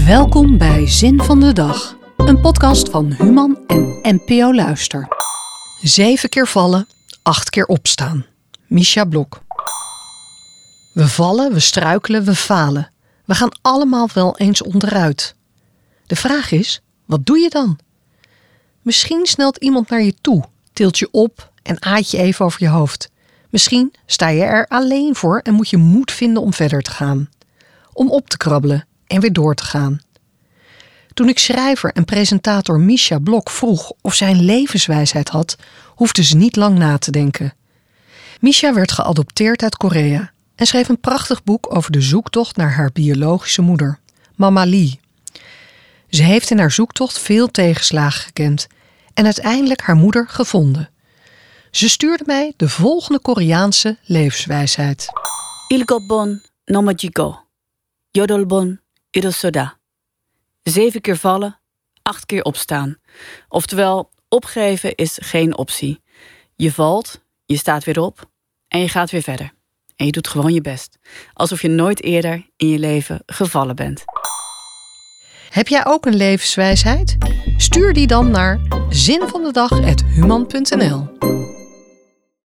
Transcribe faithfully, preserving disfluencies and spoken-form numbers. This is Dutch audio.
Welkom bij Zin van de Dag, een podcast van Human en N P O Luister. Zeven keer vallen, acht keer opstaan. Misha Blok. We vallen, we struikelen, we falen. We gaan allemaal wel eens onderuit. De vraag is, wat doe je dan? Misschien snelt iemand naar je toe, tilt je op en aait je even over je hoofd. Misschien sta je er alleen voor en moet je moed vinden om verder te gaan. Om op te krabbelen en weer door te gaan. Toen ik schrijver en presentator Misha Blok vroeg of zij een levenswijsheid had, hoefde ze niet lang na te denken. Misha werd geadopteerd uit Korea en schreef een prachtig boek over de zoektocht naar haar biologische moeder, Mama Lee. Ze heeft in haar zoektocht veel tegenslagen gekend en uiteindelijk haar moeder gevonden. Ze stuurde mij de volgende Koreaanse levenswijsheid. Ilgobon nomajigo. Yodolbon irosoda. Zeven keer vallen, acht keer opstaan. Oftewel, opgeven is geen optie. Je valt, je staat weer op en je gaat weer verder. En je doet gewoon je best. Alsof je nooit eerder in je leven gevallen bent. Heb jij ook een levenswijsheid? Stuur die dan naar zinvandedag apenstaartje human punt n l.